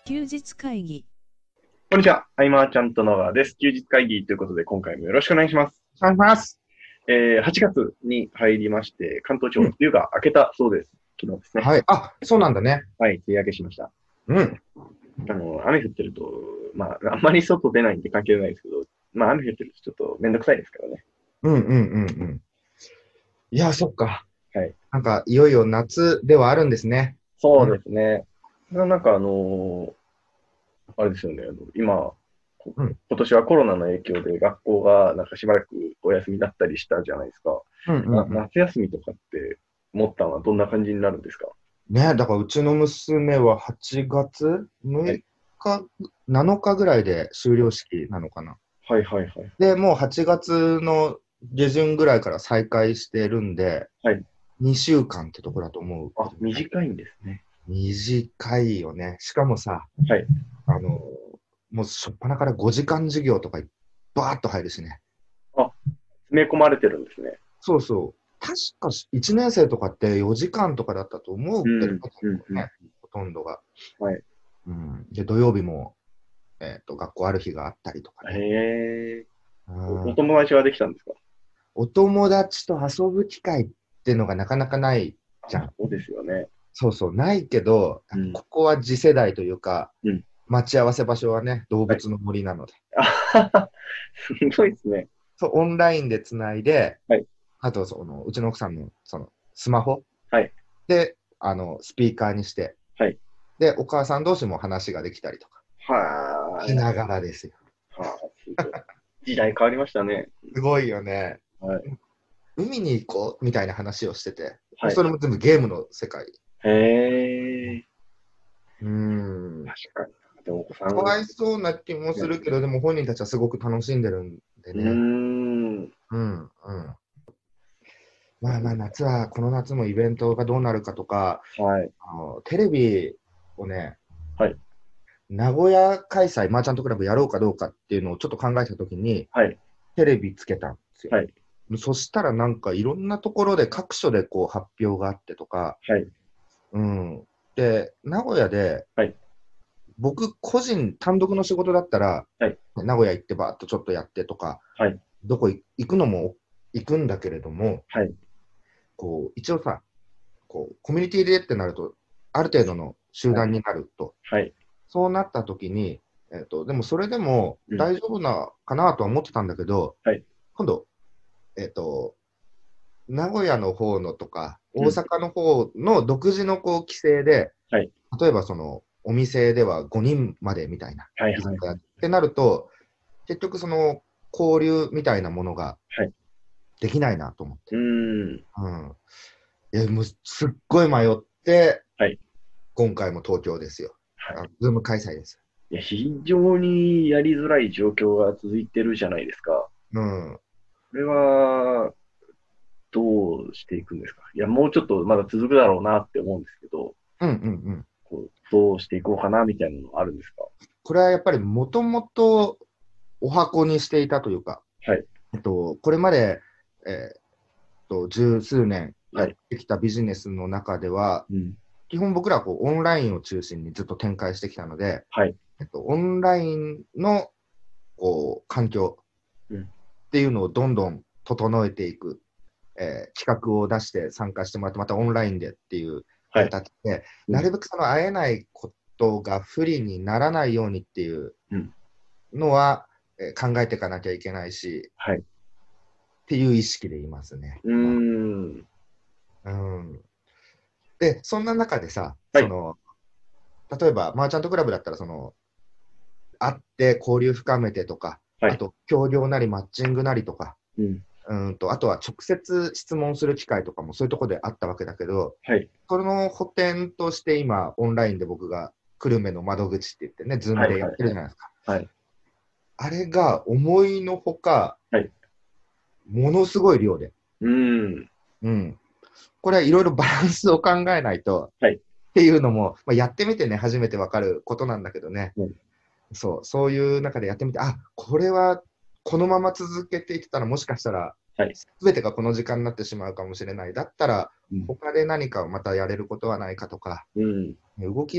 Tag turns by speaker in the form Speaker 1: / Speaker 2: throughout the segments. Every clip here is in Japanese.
Speaker 1: 休日会議。
Speaker 2: こんにちは。アイマーちゃんと野川です。休日会議ということで、今回もよろしくお願いします。
Speaker 3: お願いします。
Speaker 2: 8月に入りまして、関東地方、
Speaker 3: うん
Speaker 2: 梅雨が明けたそうです。昨日ですね。
Speaker 3: はい。あ、そうなんだね。
Speaker 2: はい、梅雨明けしました。
Speaker 3: うん。
Speaker 2: 雨降ってると、あんまり外出ないんで関係ないですけど、雨降ってるとちょっとめんどくさいですからね。
Speaker 3: うんうんうんうん。いや、そっか。
Speaker 2: はい。
Speaker 3: なんか、いよいよ夏ではあるんですね。
Speaker 2: そうですね。あれですよね。
Speaker 3: うん。
Speaker 2: 今年はコロナの影響で学校がしばらくお休みだったりしたじゃないですか。
Speaker 3: うんうんうん。
Speaker 2: 夏休みとかって思ったのはどんな感じになるんですか？
Speaker 3: ね、だからうちの娘は8月
Speaker 2: はい。
Speaker 3: 6日、7日ぐらいで終了式なのかな。
Speaker 2: はいはいはい。
Speaker 3: で、もう8月の下旬ぐらいから再開してるんで、
Speaker 2: はい。
Speaker 3: 2週間ってとこだと思うけ
Speaker 2: あ、
Speaker 3: どね。
Speaker 2: 短いんですね。
Speaker 3: 短いよね。しかもさ、
Speaker 2: はい。
Speaker 3: あの、もう初っ端から5時間授業とかバーッと入るしね。
Speaker 2: あ、詰め込まれてるんですね。
Speaker 3: そうそう。確か1年生とかって4時間とかだったと思うけどね、
Speaker 2: うん。
Speaker 3: ほとんどが。
Speaker 2: はい。
Speaker 3: うん、で、土曜日も、学校ある日があったりとかね。
Speaker 2: へえ。お
Speaker 3: うん、
Speaker 2: 友達はできたんですか？
Speaker 3: お友達と遊ぶ機会っていうのがなかなかないじゃん。
Speaker 2: そうですよね。
Speaker 3: そうそう、ないけど、
Speaker 2: うん。
Speaker 3: ここは次世代というか、
Speaker 2: うん。
Speaker 3: 待ち合わせ場所はね、動
Speaker 2: はい。
Speaker 3: 物の森なので。
Speaker 2: あはは、すごいですね。
Speaker 3: そう、オンラインでつないで、
Speaker 2: はい。
Speaker 3: あとうちの奥さんのスマホ
Speaker 2: はい。
Speaker 3: で、スピーカーにして、
Speaker 2: はい。
Speaker 3: で、お母さん同士も話ができたりとか、
Speaker 2: は
Speaker 3: しながらですよ。
Speaker 2: あ。はあ、すごい。時代変わりましたね。
Speaker 3: すごいよね。
Speaker 2: はい。
Speaker 3: 海に行こうみたいな話をしてて、
Speaker 2: はい。
Speaker 3: それも全部ゲームの世界。
Speaker 2: へえ。
Speaker 3: うーん。
Speaker 2: 確かに。でもお子さん、
Speaker 3: かわいそうな気もするけど、でも本人たちはすごく楽しんでるんで
Speaker 2: うー
Speaker 3: ね。
Speaker 2: ん。
Speaker 3: うん、うん。まあまあ、この夏もイベントがどうなるかとか、
Speaker 2: はい。
Speaker 3: テレビをね、
Speaker 2: はい。
Speaker 3: 名古屋開催、マーチャントクラブやろうかどうかっていうのをちょっと考えたときに、
Speaker 2: はい。
Speaker 3: テレビつけたんですよ。
Speaker 2: はい。
Speaker 3: そしたらなんかいろんなところで各所でこう発表があってとか、
Speaker 2: はい。
Speaker 3: うん。で、名古屋で、
Speaker 2: はい。
Speaker 3: 僕個人単独の仕事だったら、
Speaker 2: はい。
Speaker 3: 名古屋行ってばーっとちょっとやってとか、
Speaker 2: はい。
Speaker 3: どこ行くのも行くんだけれども、
Speaker 2: はい。
Speaker 3: こう、一応さ、こう、コミュニティでってなると、ある程度の集団になると、
Speaker 2: はい。
Speaker 3: そうなった時に、でもそれでも
Speaker 2: うん。
Speaker 3: 大丈夫なかなとは思ってたんだけど、
Speaker 2: はい。
Speaker 3: 今度、えっと、名古屋の方のとか、大
Speaker 2: うん。
Speaker 3: 阪の方の独自のこう規制で、
Speaker 2: はい。
Speaker 3: 例えばお店では5人までみたいな
Speaker 2: はい。
Speaker 3: 居酒
Speaker 2: はい。
Speaker 3: 屋ってなると、結局交流みたいなものが
Speaker 2: はい。
Speaker 3: できないなと思っ
Speaker 2: う
Speaker 3: て。
Speaker 2: ーん。
Speaker 3: うん。もうすっごい迷って、
Speaker 2: はい。
Speaker 3: 今回も東京ですよ。
Speaker 2: はい。
Speaker 3: ズーム開催です。
Speaker 2: いや、非常にやりづらい状況が続いてるじゃないですか。
Speaker 3: うん。
Speaker 2: これは、どうしていくんですか？いや、もうちょっとまだ続くだろうなって思うんですけど、
Speaker 3: うんうんうん。
Speaker 2: どうしていこうかなみたいなのあるんですか？
Speaker 3: これはやっぱりもともとお箱にしていたというか、
Speaker 2: はい。
Speaker 3: これまで、十数年やっ
Speaker 2: はい。
Speaker 3: てきたビジネスの中では、
Speaker 2: うん。
Speaker 3: 基本僕らはオンラインを中心にずっと展開してきたので、
Speaker 2: はい。
Speaker 3: オンラインの環境
Speaker 2: うん。
Speaker 3: っていうのをどんどん整えていく、企画を出して参加してもらって、またオンラインでっていう
Speaker 2: はい。
Speaker 3: 形で、
Speaker 2: うん。
Speaker 3: なるべく会えないことが不利にならないようにっていう
Speaker 2: うん。
Speaker 3: のは、考えていかなきゃいけないし、
Speaker 2: はい。
Speaker 3: っていう意識でいますね。
Speaker 2: うーん。
Speaker 3: うん、で、そんな中でさ、
Speaker 2: はい。
Speaker 3: 例えば、マーチャントクラブだったら、会って交流深めてとか、
Speaker 2: はい。
Speaker 3: あと、協業なりマッチングなりとか、
Speaker 2: うん。
Speaker 3: あとは直接質問する機会とかもそういうところであったわけだけど、
Speaker 2: はい。
Speaker 3: その補填として今、オンラインで僕が久留米の窓口って言ってね、ズーム
Speaker 2: はい。
Speaker 3: でやってる
Speaker 2: はい。
Speaker 3: じゃないですか。
Speaker 2: はい。
Speaker 3: あれが思いのほか、
Speaker 2: はい。
Speaker 3: ものすごい量で。
Speaker 2: うーん。
Speaker 3: うん。これはいろいろバランスを考えないと
Speaker 2: はい。
Speaker 3: っていうのも、やってみてね、初めてわかることなんだけどね。
Speaker 2: うん。
Speaker 3: そういう中でやってみて、これはこのまま続けていってたら、もしかしたら、
Speaker 2: はい。
Speaker 3: すべてがこの時間になってしまうかもしれない。だったら、
Speaker 2: うん。
Speaker 3: 他で何かをまたやれることはないかとか、
Speaker 2: うん。
Speaker 3: 動き出し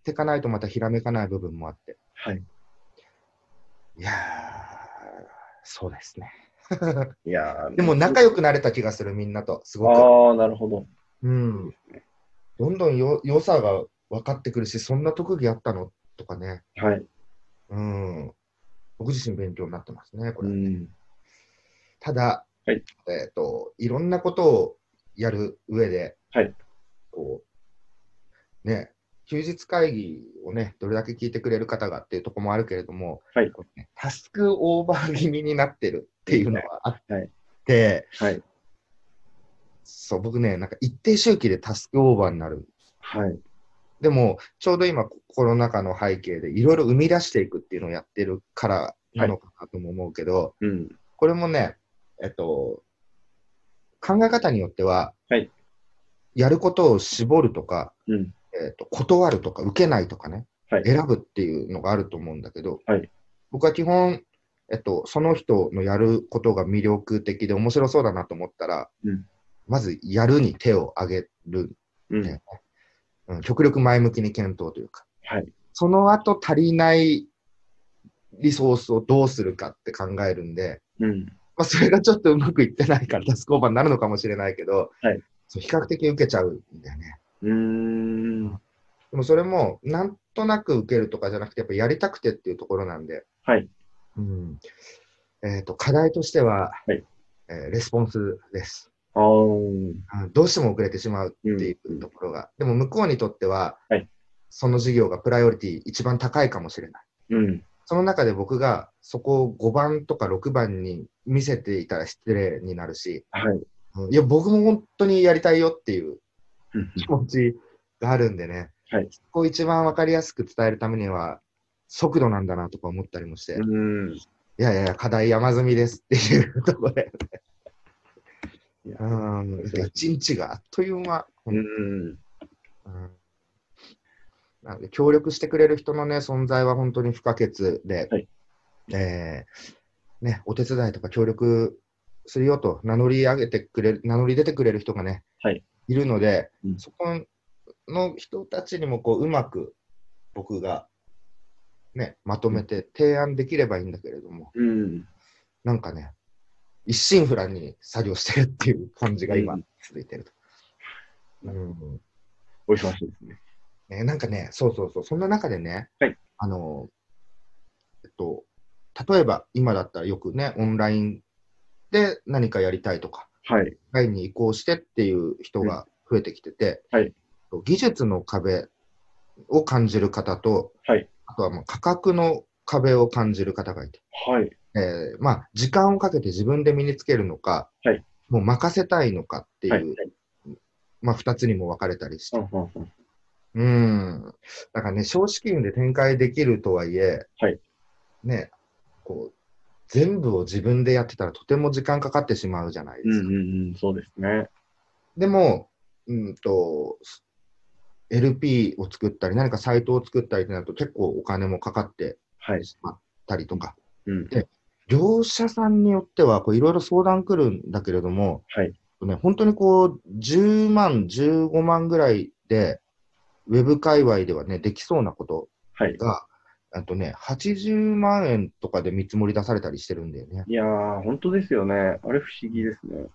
Speaker 3: ていかないとまたひらめかない部分もあって。
Speaker 2: はい。
Speaker 3: いやー、そうですね。
Speaker 2: いや
Speaker 3: でも仲良くなれた気がする、みんなと、すごく。
Speaker 2: ああ、なるほど。
Speaker 3: うん。どんどん良さが分かってくるし、そんな特技あったのとかね。
Speaker 2: はい。
Speaker 3: うん。僕自身勉強になってますね、これはね。
Speaker 2: うん。
Speaker 3: ただ、
Speaker 2: はい。
Speaker 3: いろんなことをやる上で、
Speaker 2: はい。
Speaker 3: こね、休日会議をね、どれだけ聞いてくれる方がっていうところもあるけれども、
Speaker 2: はい。
Speaker 3: これねタスクオーバー気味になってるっていうのはあっ
Speaker 2: はい。
Speaker 3: て、
Speaker 2: はい。
Speaker 3: そう、僕ね、なんか一定周期でタスクオーバーになる。
Speaker 2: はい。
Speaker 3: でも、ちょうど今、コロナ禍の背景でいろいろ生み出していくっていうのをやってるからなのかなとも思うけど、
Speaker 2: うん。
Speaker 3: これもね、考え方によっては、
Speaker 2: はい。
Speaker 3: やることを絞るとか、
Speaker 2: うん。
Speaker 3: 断るとか、受けないとかね、
Speaker 2: はい。
Speaker 3: 選ぶっていうのがあると思うんだけど、
Speaker 2: はい。
Speaker 3: 僕は基本、その人のやることが魅力的で面白そうだなと思ったら、
Speaker 2: うん。
Speaker 3: まずやるに手を挙げるんだよね。
Speaker 2: うん。
Speaker 3: うん、極力前向きに検討というか。
Speaker 2: はい。
Speaker 3: その後足りないリソースをどうするかって考えるんで、
Speaker 2: うん。
Speaker 3: まあ、それがちょっとうまくいってないからタスクオーバーになるのかもしれないけど、
Speaker 2: はい。
Speaker 3: そう比較的受けちゃうんだよね。
Speaker 2: うーん。
Speaker 3: でもそれも、なんとなく受けるとかじゃなくて、やっぱやりたくてっていうところなんで、
Speaker 2: はい。
Speaker 3: うん、課題としては、
Speaker 2: はい。
Speaker 3: レスポンスです。
Speaker 2: ああ。うん。
Speaker 3: どうしても遅れてしまうってい
Speaker 2: うん。
Speaker 3: うところが。でも向こうにとっては、
Speaker 2: はい。
Speaker 3: その事業がプライオリティ一番高いかもしれない。
Speaker 2: うん。
Speaker 3: その中で僕がそこを5番とか6番に見せていたら失礼になるし、
Speaker 2: はい。
Speaker 3: いや、僕も本当にやりたいよっていう
Speaker 2: うん。
Speaker 3: 気持ちがあるんでね、
Speaker 2: はい。
Speaker 3: そこを一番わかりやすく伝えるためには、速度なんだなとか思ったりもし
Speaker 2: う
Speaker 3: て、
Speaker 2: ん。
Speaker 3: いやいや、課題山積みですっていうところで、
Speaker 2: いや、
Speaker 3: 一日があっという間。
Speaker 2: うん。
Speaker 3: なので、協力してくれる人のね、存在は本当に不可欠で、
Speaker 2: はい。
Speaker 3: ね、お手伝いとか協力するよと名乗り出てくれる人がね、
Speaker 2: はい。
Speaker 3: いるので、
Speaker 2: うん。
Speaker 3: そこの人たちにもこう、うまく僕がね、まとめて提案できればいいんだけれども、
Speaker 2: うん。
Speaker 3: なんかね、一心不乱に作業してるっていう感じが今
Speaker 2: うん。
Speaker 3: 続いてると。
Speaker 2: なるほど。
Speaker 3: うん
Speaker 2: お忙しいですね。
Speaker 3: なんかね、そうそうそう、そんな中でね、
Speaker 2: はい。
Speaker 3: あの、例えば今だったらよくね、オンラインで何かやりたいとか、
Speaker 2: はい。
Speaker 3: オンラインに移行してっていう人
Speaker 2: うん。
Speaker 3: が増えてきてて、
Speaker 2: はい。
Speaker 3: 技術の壁を感じる方と、
Speaker 2: はい。
Speaker 3: あとはもう価格の壁を感じる方がいて、
Speaker 2: はい。
Speaker 3: まあ、時間をかけて自分で身につけるのか、
Speaker 2: はい。
Speaker 3: もう任せたいのかって
Speaker 2: はい。
Speaker 3: いう、まあ、2つにも分かれたりし
Speaker 2: うん。
Speaker 3: て。
Speaker 2: うん。うん。
Speaker 3: だからね、少資金で展開できるとはいえ、
Speaker 2: はい。
Speaker 3: ね、こう、全部を自分でやってたらとても時間かかってしまうじゃない
Speaker 2: うん。
Speaker 3: ですか。
Speaker 2: うん。うん。そうですね。
Speaker 3: でも、LP を作ったり、何かサイトを作ったりとなると結構お金もかかって
Speaker 2: はい。
Speaker 3: しまったりとか。
Speaker 2: うん。
Speaker 3: で、業者さんによってはいろいろ相談来るんだけれども、
Speaker 2: はい。
Speaker 3: 本当にこう、10万、15万ぐらいで、ウェブ界隈ではね、できそうなこと
Speaker 2: はい。
Speaker 3: が、80万円とかで見積もり出されたりしてるんだよね。
Speaker 2: いやー、本当ですよね。あれ不思議ですね。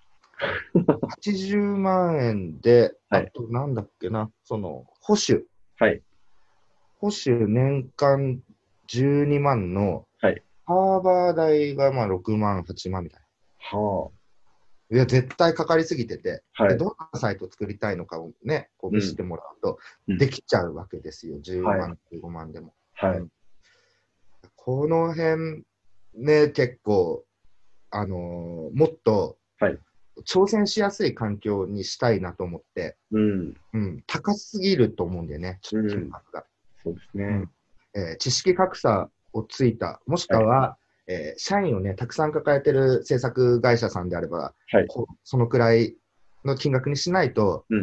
Speaker 3: 80万円で、
Speaker 2: はい。
Speaker 3: あとなんだっけな、保守。
Speaker 2: はい。
Speaker 3: 保守年間12万の、
Speaker 2: はい。
Speaker 3: ハーバー代がまあ6万、8万みたい
Speaker 2: は
Speaker 3: な。いや、絶対かかりすぎてて、
Speaker 2: あ。は
Speaker 3: で、
Speaker 2: い。
Speaker 3: どんなサイトを作りたいのかをね、こう
Speaker 2: うん。
Speaker 3: 見せてもらうと、
Speaker 2: うん。
Speaker 3: できちゃうわけですよ。10
Speaker 2: はい。
Speaker 3: 万、15万でも。
Speaker 2: はい。
Speaker 3: うん、この辺、ね、結構、もっと
Speaker 2: はい。
Speaker 3: 挑戦しやすい環境にしたいなと思って、
Speaker 2: うん。
Speaker 3: 高すぎると思うんだよね、
Speaker 2: うん。
Speaker 3: 金額が。
Speaker 2: そうですね。
Speaker 3: うん知識格差をついた、もしく
Speaker 2: はい。
Speaker 3: は、社員をね、たくさん抱えてる制作会社さんであれば、
Speaker 2: はい。
Speaker 3: そのくらいの金額にしないと
Speaker 2: うん。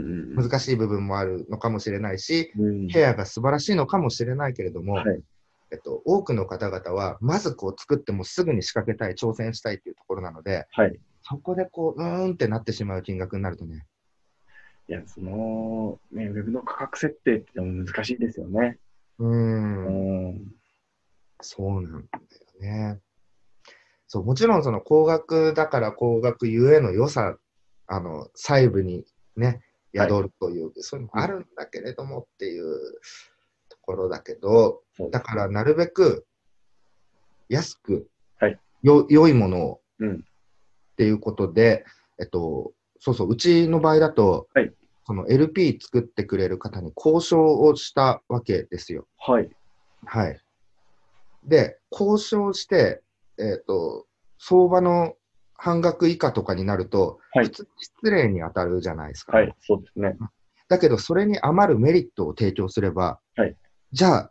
Speaker 3: 難しい部分もあるのかもしれないし、
Speaker 2: うん。うん。
Speaker 3: ケアが素晴らしいのかもしれないけれども、
Speaker 2: はい。
Speaker 3: 多くの方々は、まずこう作ってもすぐに仕掛けたい、挑戦したいっていうところなので、
Speaker 2: はい。
Speaker 3: そこでこう、ってなってしまう金額になるとね、
Speaker 2: いや、その、ね、ウェブの価格設定ってのも難しいですよね。
Speaker 3: う
Speaker 2: う
Speaker 3: ん。
Speaker 2: ん。
Speaker 3: そうなんだよね。そう、もちろんその工学だから工学ゆえの良さ、細部にね、
Speaker 2: はい。
Speaker 3: 宿るという、そういうのも
Speaker 2: うん。
Speaker 3: あるんだけれどもっていうところだけど、
Speaker 2: そうですね。
Speaker 3: だからなるべく安く
Speaker 2: はい。
Speaker 3: 良いものを
Speaker 2: うん。
Speaker 3: っていうことで、そうそう、うちの場合だと、
Speaker 2: はい。
Speaker 3: その LP 作ってくれる方に交渉をしたわけですよ。
Speaker 2: はい。
Speaker 3: はい。で、交渉して、えっと、相場の半額以下とかになると、
Speaker 2: はい。
Speaker 3: 普通に失礼に当たるじゃないですか。
Speaker 2: はい。そうですね。
Speaker 3: だけど、それに余るメリットを提供すれば、
Speaker 2: はい。
Speaker 3: じゃあ、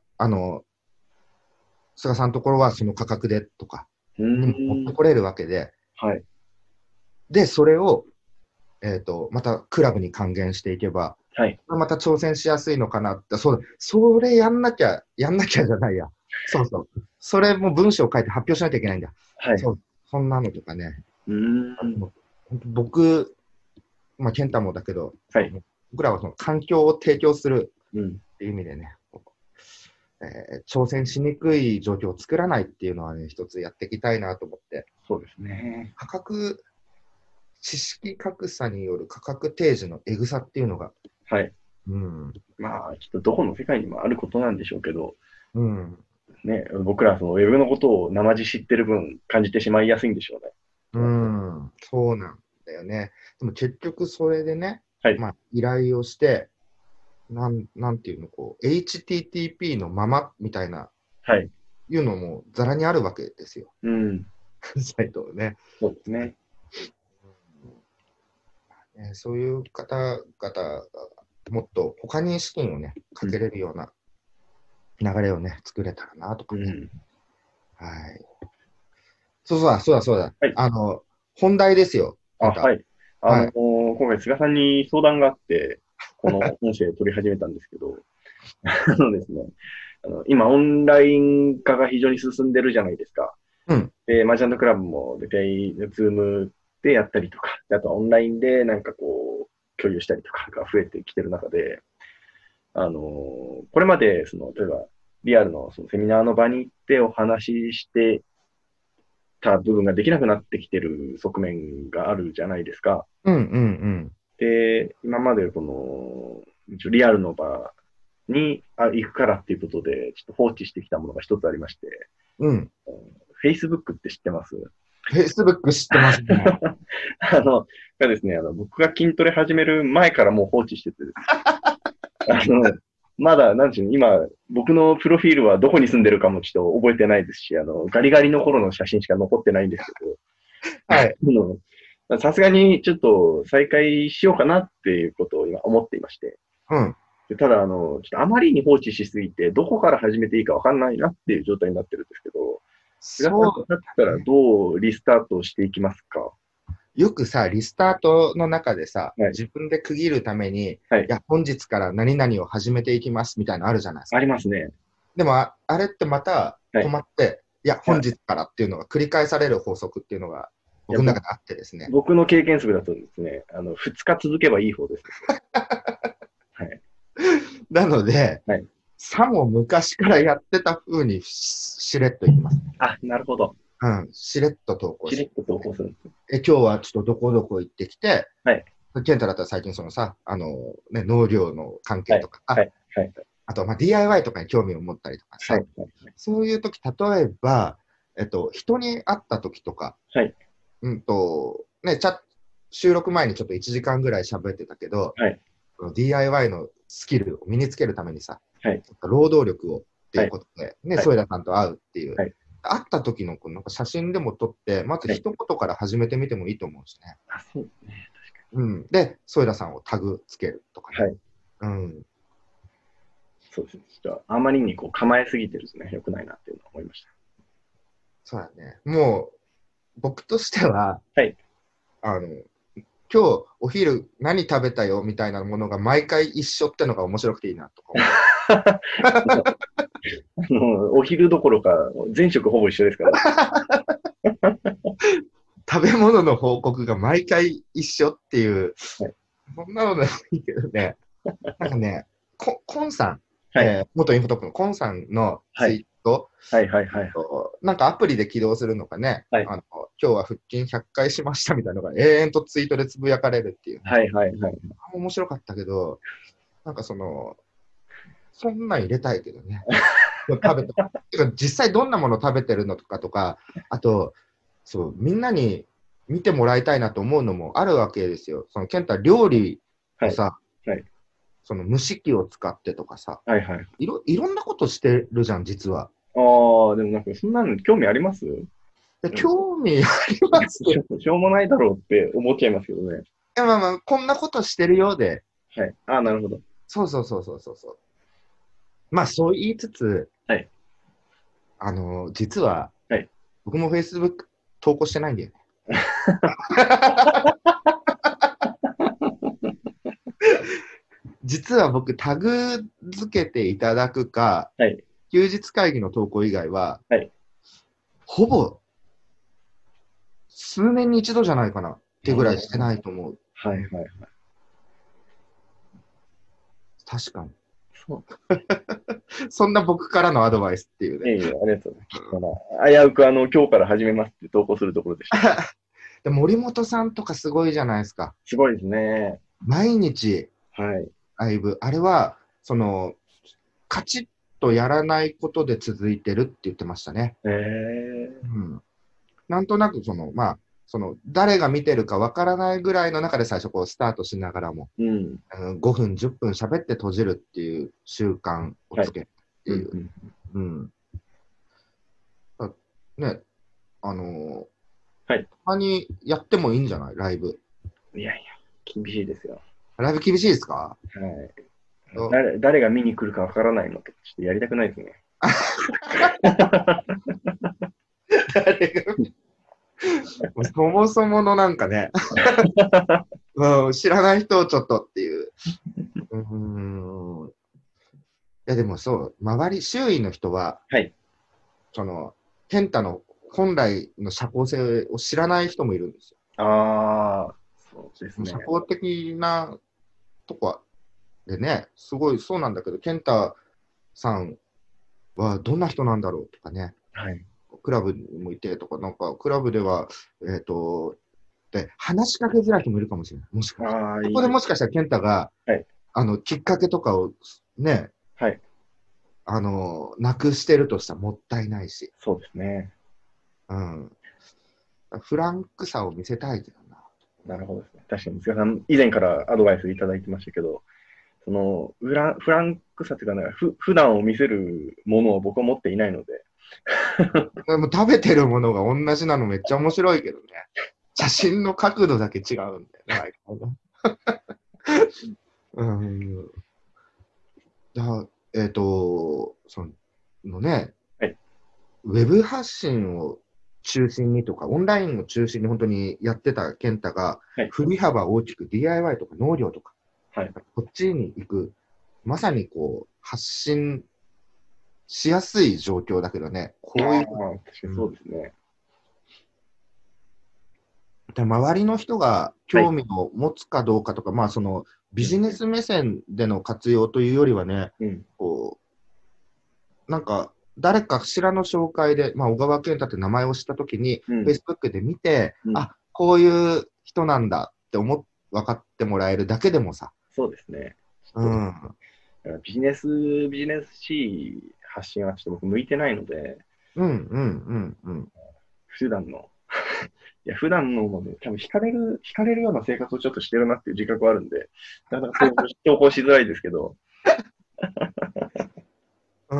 Speaker 3: 菅さんのところはその価格でとか
Speaker 2: うー
Speaker 3: に持って
Speaker 2: ん。
Speaker 3: これるわけで、
Speaker 2: はい。
Speaker 3: で、それを、またクラブに還元していけば、
Speaker 2: はい。
Speaker 3: また挑戦しやすいのかなって、そうだ、それやんなきゃじゃないや。そうそう。それも文章を書いて発表しなきゃいけないんだ。
Speaker 2: はい。
Speaker 3: そう、そんなのとかね。
Speaker 2: うーん。
Speaker 3: もう本当僕、まあ、健太もだけど、
Speaker 2: はい。
Speaker 3: 僕らはその環境を提供する
Speaker 2: うん。
Speaker 3: っていう意味でね、挑戦しにくい状況を作らないっていうのはね、一つやっていきたいなと思って、
Speaker 2: そうですね。
Speaker 3: 価格、知識格差による価格提示のエグさっていうのが、
Speaker 2: はい。
Speaker 3: うん、
Speaker 2: まあ、きっとどこの世界にもあることなんでしょうけど、
Speaker 3: うん、
Speaker 2: ね、僕らそのウェブのことを生地知ってる分感じてしまいやすいんでしょうね。
Speaker 3: うん、そうなんだよね。でも結局それでね、
Speaker 2: はい。
Speaker 3: まあ、依頼をして、なんていうの、HTTP のままみたいな、
Speaker 2: はい。
Speaker 3: いうのもざらにあるわけですよ。
Speaker 2: うん。
Speaker 3: サイトをね。
Speaker 2: そうですね。
Speaker 3: そういう方々がもっと他に資金をね、かけ
Speaker 2: うん。
Speaker 3: れるような流れをね、作れたらなとかね。
Speaker 2: うん。
Speaker 3: はい。そうだ。
Speaker 2: はい。
Speaker 3: 本題ですよ、
Speaker 2: あ、
Speaker 3: 健太。
Speaker 2: はい。
Speaker 3: はい。
Speaker 2: 今回菅さんに相談があって、この音声取り始めたんですけど、ですね、今オンライン化が非常に進んでるじゃないですか。
Speaker 3: うん。
Speaker 2: で、マージャントクラブも大体、ズームでやったりとか、あとはオンラインでなんか共有したりとかが増えてきてる中で、これまで、例えば、リアルのそのセミナーの場に行ってお話ししてた部分ができなくなってきてる側面があるじゃないですか。
Speaker 3: うんうん
Speaker 2: で、今までリアルの場に行くからっていうことで、ちょっと放置してきたものが一つありまして、
Speaker 3: うん。うん。
Speaker 2: Facebook って知ってます？
Speaker 3: Facebook 知ってますね。
Speaker 2: がですね、僕が筋トレ始める前からもう放置しててですね、まだ、なんていうの、今、僕のプロフィールはどこに住んでるかもちょっと覚えてないですし、ガリガリの頃の写真しか残ってないんですけど、
Speaker 3: はい。
Speaker 2: さすがにちょっと再開しようかなっていうことを今思っていまして。
Speaker 3: うん。
Speaker 2: でただ、ちょっとあまりに放置しすぎて、どこから始めていいかわかんないなっていう状態になってるんですけど、菅さん
Speaker 3: そう
Speaker 2: だったら
Speaker 3: だね。
Speaker 2: どうリスタートしていきますか？
Speaker 3: よくさ、リスタートの中でさ、
Speaker 2: はい。
Speaker 3: 自分で区切るために、い
Speaker 2: はい。
Speaker 3: や、本日から何々を始めていきますみたいなのあるじゃないです
Speaker 2: あ
Speaker 3: か。
Speaker 2: りますね。
Speaker 3: でも、あれってまた止
Speaker 2: はい。
Speaker 3: まって、いや、
Speaker 2: はい。
Speaker 3: 本日からっていうのが繰り返される法則っていうのが
Speaker 2: いや、
Speaker 3: 僕の中であってですね。
Speaker 2: 僕の経験則だとですね、2日続けばいい方ですね。はい。
Speaker 3: なので、
Speaker 2: はい。
Speaker 3: さも昔からやってた風にしれっといきます。
Speaker 2: あ、なるほど。
Speaker 3: うん、しれっと投稿し
Speaker 2: しれっと投稿するんですね。
Speaker 3: 今日はちょっとどこどこ行ってきて、
Speaker 2: はい。
Speaker 3: ケンタだったら最近そのさ、農業の関
Speaker 2: はい。
Speaker 3: 係とか、
Speaker 2: はい。はい。
Speaker 3: あと、まあ、DIY とかに興味を持ったりとか
Speaker 2: はい。
Speaker 3: さ、そういう時、例えば、人に会った時とか、
Speaker 2: はい。
Speaker 3: ね、収録前にちょっと1時間ぐらい喋ってたけど、
Speaker 2: はい。
Speaker 3: DIY のスキルを身につけるためにさ、
Speaker 2: はい。
Speaker 3: 労働力をってい
Speaker 2: はい。
Speaker 3: うことで、ね、
Speaker 2: はい。
Speaker 3: 添田さんと会うっていう、
Speaker 2: はい。
Speaker 3: 会った時のなんか写真でも撮って、まず
Speaker 2: はい。
Speaker 3: 一言から始めてみてもいいと思うしね。
Speaker 2: あ、そうですね。
Speaker 3: うん。で、添田さんをタグつけるとかね。
Speaker 2: はい。
Speaker 3: うん。
Speaker 2: そうですね。ちょっとあまりに構えすぎてるとね、良くないなっていうのは思いまし
Speaker 3: そうだね。もう、僕としては、
Speaker 2: た。はい。
Speaker 3: あの、今日お昼何食べたよみたいなものが毎回一緒ってのが面白くていいなとか思
Speaker 2: お昼どころか、全食ほぼ一緒ですからね。
Speaker 3: う。食べ物の報告が毎回一緒っていう、
Speaker 2: はい。
Speaker 3: そんなのないいけどね。なんかね、コンさん、
Speaker 2: はい。
Speaker 3: 元インフォトップのコンさんの
Speaker 2: はい。
Speaker 3: ツイート、
Speaker 2: はいはいはい。
Speaker 3: なんかアプリで起動するのかね、
Speaker 2: はい。
Speaker 3: 今日は腹筋100回しましたみたいなのが永遠とツイートでつぶやかれるっていうね。
Speaker 2: はいはいはい。
Speaker 3: 面白かったけど、なんかそんなん入れたいけどね。食べて、てか実際どんなもの食べてるのとか、あと、そう、みんなに見てもらいたいなと思うのもあるわけですよ。健太料理
Speaker 2: はい。
Speaker 3: をさ、
Speaker 2: はい。
Speaker 3: 蒸し器を使ってとかさ、
Speaker 2: はいはい。
Speaker 3: いろんなことしてるじゃん、実は。
Speaker 2: ああ、でもなんかそんなの興味あります？
Speaker 3: で
Speaker 2: うん。
Speaker 3: 興味ありますけど、
Speaker 2: しょうもないだろうって思っちゃいますけどね。
Speaker 3: まあまあ、こんなことしてるようで、
Speaker 2: はい。ああ、なるほど。
Speaker 3: そう。まあ、そう言いつつ、
Speaker 2: はい。
Speaker 3: 実は、
Speaker 2: はい。
Speaker 3: 僕も Facebook 投稿してないんだよね。実は僕、タグ付けていただくか、
Speaker 2: はい。
Speaker 3: 休日会議の投稿以外は、
Speaker 2: はい。
Speaker 3: ほぼ数年に一度じゃないかなってぐらいして
Speaker 2: おー、
Speaker 3: ないと思う。
Speaker 2: はいはいはい。
Speaker 3: 確かに。
Speaker 2: そう。
Speaker 3: そんな僕からのアドバイスっていうね。
Speaker 2: いえいえ、ありがとうございます。危うく今日から始めますって投稿するところでした。
Speaker 3: で森本さんとかすごいじゃないですか。
Speaker 2: すごいですね。
Speaker 3: 毎日
Speaker 2: はい。
Speaker 3: ライブ。あれは、カチッとやらないことで続いてるって言ってましたね。う
Speaker 2: え
Speaker 3: ん。なんとなくまあ、誰が見てるかわからないぐらいの中で最初こうスタートしながらも、
Speaker 2: うん。
Speaker 3: 5分、10分喋って閉じるっていう習慣を
Speaker 2: はい。
Speaker 3: つけるっていう。
Speaker 2: うんうん。
Speaker 3: うん。ね、あのー
Speaker 2: はい。
Speaker 3: たまにやってもいいんじゃないライブ。
Speaker 2: いやいや、厳しいですよ。
Speaker 3: ライブ厳しいですか？
Speaker 2: はい。
Speaker 3: お
Speaker 2: 誰が見に来るかわからないのと、ちょっとやりたくないですね。
Speaker 3: 誰がそもそものなんかね、うん、知らない人をちょっとっていう。いやでもそう、周囲の人は、
Speaker 2: はい。
Speaker 3: 健太の本来の社交性を知らない人もいるんですよ。
Speaker 2: ああ、そうですね。
Speaker 3: 社交的なとこでね、すごいそうなんだけど、健太さんはどんな人なんだろうとかね、
Speaker 2: はい。
Speaker 3: クラブにもいてとか、なんかクラブでは、で話しかけづらい人もいるかもしれない。もしかして。
Speaker 2: ああ、
Speaker 3: そこで
Speaker 2: いいです。
Speaker 3: もしかしたら健太が、
Speaker 2: はい。
Speaker 3: きっかけとかをね、
Speaker 2: はい。
Speaker 3: なくしてるとしたらもったいないし、
Speaker 2: そうですね。
Speaker 3: うん。フランクさを見せたいけどな。
Speaker 2: なるほどですね。確かに、塚さん、以前からアドバイスいただいてましたけど、フランクさというか、普段を見せるものを僕は持っていないので、
Speaker 3: でも食べてるものが同じなのめっちゃ面白いけどね。写真の角度だけ違うんだよね。うん。だね、
Speaker 2: はい。
Speaker 3: ウェブ発信を中心にとか、オンラインを中心に本当にやってた健太が、
Speaker 2: はい。
Speaker 3: 振り幅大きく DIY とか農業とか、
Speaker 2: はい。
Speaker 3: こっちに行く、まさに発信しやすい状況だけどね、こういう、
Speaker 2: ああ、確かにそうですね。
Speaker 3: 周りの人が
Speaker 2: はい。
Speaker 3: 興味を持つかどうかとか、まあビ
Speaker 2: うん。
Speaker 3: ジネス目線での活用というよりはね、
Speaker 2: うん。
Speaker 3: なんか誰かしらの紹介で、まあ、小川健太って名前を知ったときに、
Speaker 2: うん。
Speaker 3: Facebook で見て、
Speaker 2: うん。
Speaker 3: あ、こういう人なんだって分かってもらえるだけでもさ、
Speaker 2: そうですね。ちょっと、
Speaker 3: うん、
Speaker 2: ビジネスしい発信はちょっと僕向いてないので、
Speaker 3: うん。
Speaker 2: 普段の、いや、普段のもね、多分惹かれるような生活をちょっとしてるなっていう自覚はあるんで、なかなか投稿しづらいですけど、
Speaker 3: うん。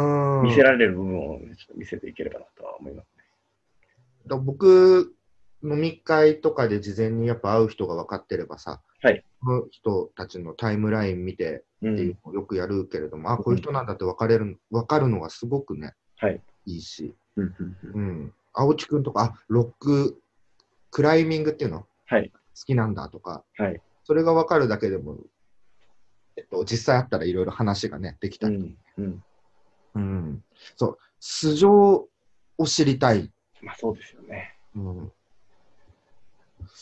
Speaker 2: 見せられる部分を、ね、ちょっと見せていければなとは思います。
Speaker 3: 僕、飲み会とかで事前にやっぱ会う人が分かってればさ、
Speaker 2: はい。
Speaker 3: その人たちのタイムライン見てっていう
Speaker 2: うん。
Speaker 3: のをよくやるけれども、あ、こ
Speaker 2: うん。
Speaker 3: ういう人なんだって分かるのがすごくね、
Speaker 2: はい。
Speaker 3: いいし、
Speaker 2: うん。うん。うん。
Speaker 3: うん。青木くんとか、ロック、クライミングっていうの好
Speaker 2: はい。
Speaker 3: きなんだとか、
Speaker 2: はい。
Speaker 3: それが分かるだけでも、実際あったらいろいろ話がね、できたりと。
Speaker 2: うん。うん。
Speaker 3: うん。そう、素性を知りたい。
Speaker 2: まあそうですよね。
Speaker 3: うん。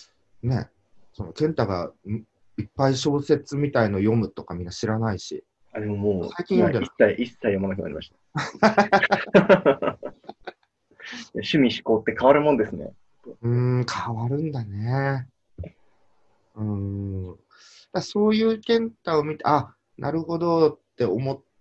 Speaker 3: ね。健太がいっぱい小説みたいの読むとかみんな知らないし。
Speaker 2: あ、でももう、
Speaker 3: 最近読んでる。
Speaker 2: 一切読まなくなりました。趣味思考って変わるもんですね。
Speaker 3: 変わるんだね。そういう健太を見て、あ、なるほどって思って、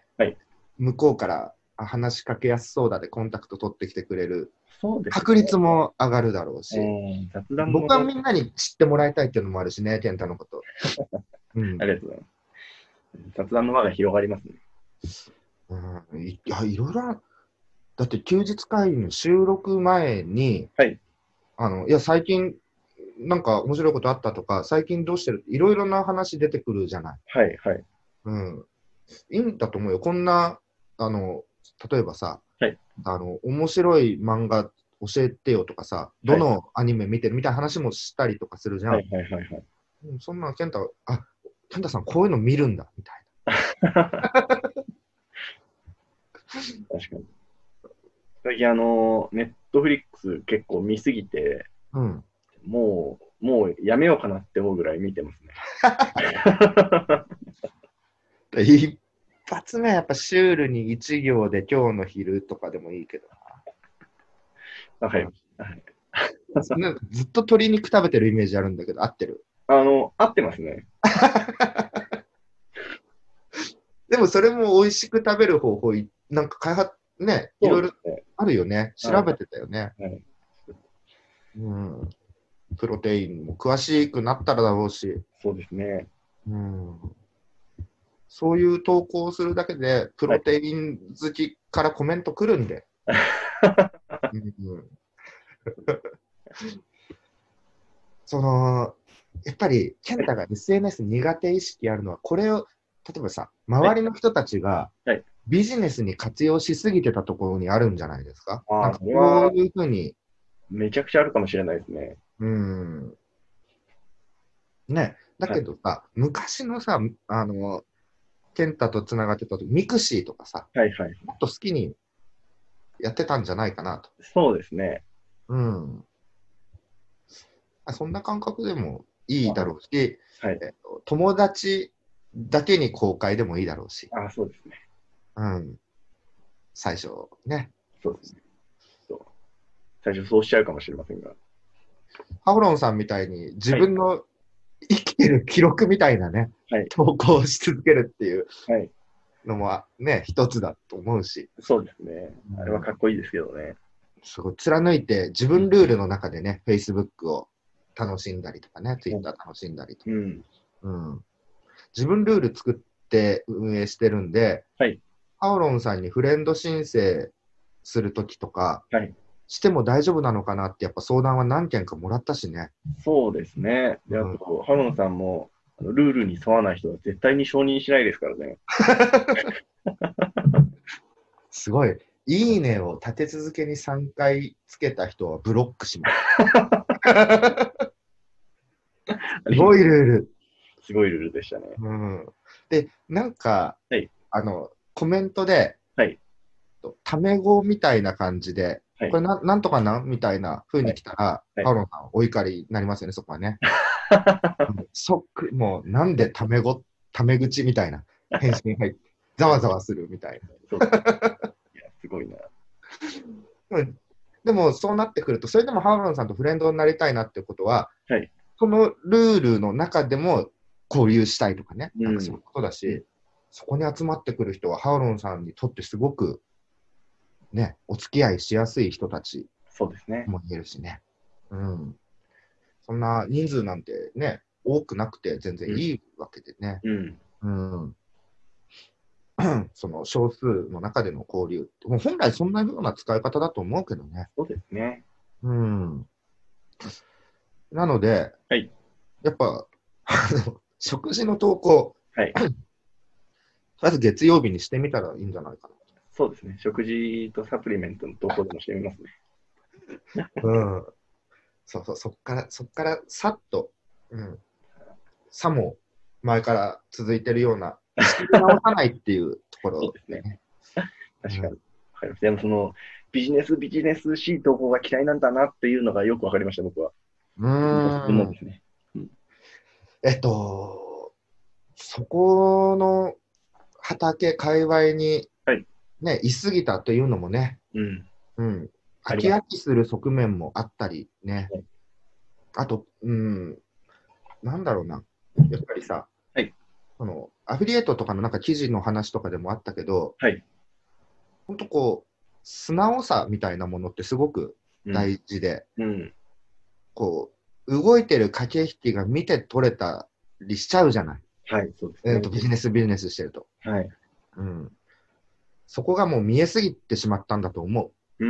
Speaker 2: はい。
Speaker 3: 向こうから話しかけやすそうだでコンタクト取ってきてくれる
Speaker 2: そうですね。
Speaker 3: 確率も上がるだろうし、
Speaker 2: 雑談も、
Speaker 3: 僕はみんなに知ってもらいたいっていうのもあるしね、健太のこと。
Speaker 2: ありがとうございます。雑談の輪が広がりますね。
Speaker 3: いや、いろいろな、だって休日会議の収録前に、
Speaker 2: はい。
Speaker 3: いや、最近、なんか面白いことあったとか、最近どうしてるいろいろな話出てくるじゃない。
Speaker 2: はい、はい。
Speaker 3: いいんだと思うよ。こんな、例えばさ、
Speaker 2: はい。
Speaker 3: 面白い漫画教えてよとかさ、どのアニメ見てるみたいな話もしたりとかするじゃん。
Speaker 2: はい、はい、はい、はい。
Speaker 3: そんな、健太さんこういうの見るんだ、みたい
Speaker 2: 確かに。最近ネットフリックス結構見すぎて、
Speaker 3: な。
Speaker 2: もうやめようかなって思うぐらい見てますね。
Speaker 3: 一発目はやっぱシュールに一行で今日の昼とかでもいいけど
Speaker 2: わかりました。はい、
Speaker 3: なんかずっと鶏肉食べてるイメージあるんだけど、合ってる？
Speaker 2: 合ってますね。
Speaker 3: でもそれも美味しく食べる方法、なんか開発、ね、いろいろあるよね。調べてたよね。
Speaker 2: はい。
Speaker 3: プロテインも詳しくなったらだろうし。
Speaker 2: そうですね。
Speaker 3: そういう投稿をするだけで、プロテイン好きからコメント来るんで。やっぱり、健太が SNS 苦手意識あるのは、これを、例えばさ、周りの人たちがビジネスに活用しすぎてたところにあるんじゃないですか？なんかこういうふうに。
Speaker 2: めちゃくちゃあるかもしれないですね。
Speaker 3: ね、だけどさ、昔のさ、健太とつながってたとミクシーとかさ、もっと好きにやってたんじゃないかなと。
Speaker 2: そうですね。
Speaker 3: そんな感覚でもいいだろうし、友達だけに公開でもいいだろうし。
Speaker 2: そうですね。
Speaker 3: 最初ね。
Speaker 2: そうですね。最初そうしちゃうかもしれませんが。
Speaker 3: ハオロンさんみたいに自分の生きてる記録みたいなね、投稿し続けるっていうのもね、一つだと思うし。
Speaker 2: そうですね。あれはかっこいいですけどね。
Speaker 3: すごい貫いて自分ルールの中でね、Facebook を楽しんだりとかね、Twitter 楽しんだりとか。自分ルール作って運営してるんで、ハオロンさんにフレンド申請するときとか、しても大丈夫なのかなってやっぱ相談は何件かもらったしね。
Speaker 2: そうですね。で、あと、ハロンさんもルールに沿わない人は絶対に承認しないですからね。
Speaker 3: すごい。いいねを立て続けに3回つけた人はブロックします。すごいルール。
Speaker 2: すごいルールでしたね。
Speaker 3: で、なんか、コメントで、タメ語みたいな感じで、これなんとかなんみたいな風に来たら、ハロンさんお怒りになりますよね、そこはね。もうなんでタメ口みたいな返信入って、ざわざわするみたいな。
Speaker 2: いや、すごいな。
Speaker 3: でもそうなってくると、それでもハロンさんとフレンドになりたいなってことは、そのルールの中でも交流したいとかね、なんかそういうことだし、そこに集まってくる人はハロンさんにとってすごくね、お付き合いしやすい人たちも言えるしね。そんな人数なんてね、多くなくて全然いいわけでね。その少数の中での交流。もう本来そんなような使い方だと思うけどね。
Speaker 2: そうですね。
Speaker 3: なので、やっぱ、食事の投稿、とりあえず月曜日にしてみたらいいんじゃないかな。
Speaker 2: そうですね。食事とサプリメントの投稿でもしてみますね。
Speaker 3: そっからさっと、さも前から続いてるような、直さないっていうところ、
Speaker 2: そうですね。確かに。でもそのビジネスしい投稿が嫌いなんだなっていうのがよくわかりました、僕は。ですね。
Speaker 3: そこの畑、界隈に、
Speaker 2: はい
Speaker 3: ね、居すぎたというのもね、
Speaker 2: うん。
Speaker 3: 飽き飽きする側面もあったりね。
Speaker 2: はい
Speaker 3: あと、なんだろうな。やっぱりさ、
Speaker 2: はい
Speaker 3: アフィリエイトとかのなんか記事の話とかでもあったけど、
Speaker 2: はい。
Speaker 3: 本当こう、素直さみたいなものってすごく大事で、こう、動いてる駆け引きが見て取れたりしちゃうじゃない。
Speaker 2: はい、そうですね。
Speaker 3: ビジネスしてると。
Speaker 2: はい。
Speaker 3: そこがもう見えすぎてしまったんだと思う。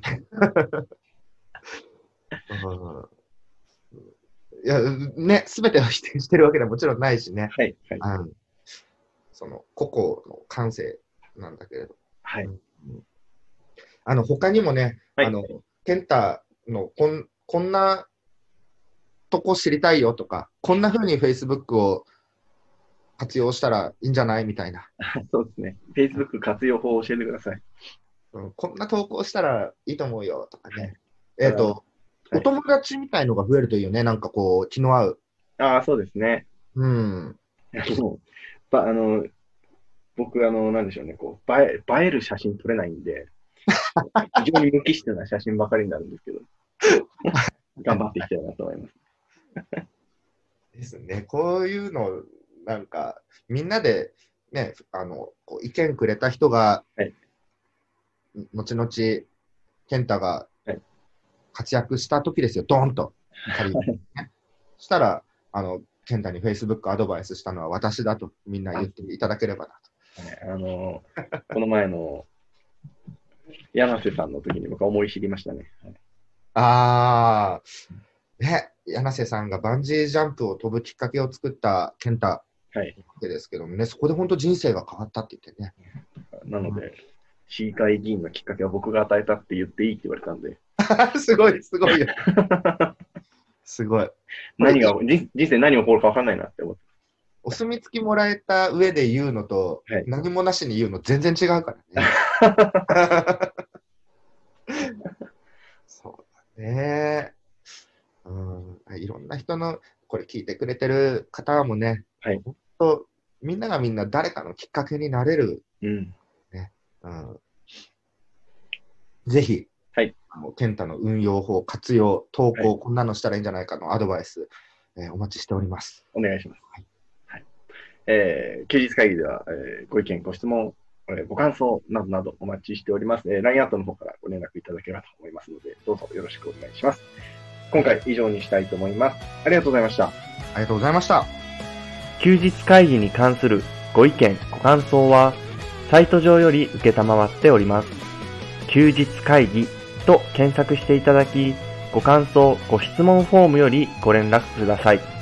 Speaker 3: いや、ね、すべてを否定してるわけではもちろんないしね。
Speaker 2: はい。
Speaker 3: その個々の感性なんだけれど。
Speaker 2: はい。
Speaker 3: 他にもね、ケンタのこんなとこ知りたいよとか、こんな風に Facebook を活用したらいいんじゃないみたいな。
Speaker 2: そうですね。Facebook 活用法を教えてください。
Speaker 3: こんな投稿したらいいと思うよとかね。お友達みたいのが増えるといいよね。なんかこう、気の合う。
Speaker 2: ああ、そうですね。僕、なんでしょうね、こう、映える写真撮れないんで、非常に無機質な写真ばかりになるんですけど、頑張っていきたいなと思います。
Speaker 3: ですね。こういうの、なんか、みんなで、ね、こう意見くれた人が、後々、ケンタが活躍した時ですよ、ドーンと。そしたら、ケンタに Facebook アドバイスしたのは私だとみんな言っていただければな
Speaker 2: と。この前の柳瀬さんの時に僕は思い知りましたね。
Speaker 3: 柳瀬さんがバンジージャンプを飛ぶきっかけを作ったケンタわけですけどもね、そこで本当人生が変わったって言ってね。
Speaker 2: なので、市議会議員のきっかけは僕が与えたって言っていいって言われたんで。
Speaker 3: すごいよ。すごい。
Speaker 2: 人生何が起こるか分かんないなって思って。
Speaker 3: お墨付きもらえた上で言うのと、何もなしに言うの全然違うからね。そうだね。いろんな人の、これ聞いてくれてる方もね、本当みんながみんな誰かのきっかけになれる。ぜひ、ケンタの運用法、活用、投稿、こんなのしたらいいんじゃないかのアドバイス、お待ちしております。
Speaker 2: お願いします。休日会議では、ご意見、ご質問、ご感想などなどお待ちしております。LINE アットの方からご連絡いただければと思いますので、どうぞよろしくお願いします。今回以上にしたいと思います。ありがとうございました。
Speaker 3: ありがとうございました。
Speaker 1: 休日会議に関するご意見、ご感想は、サイト上より受けたまわっております。休日会議と検索していただき、ご感想、ご質問フォームよりご連絡ください。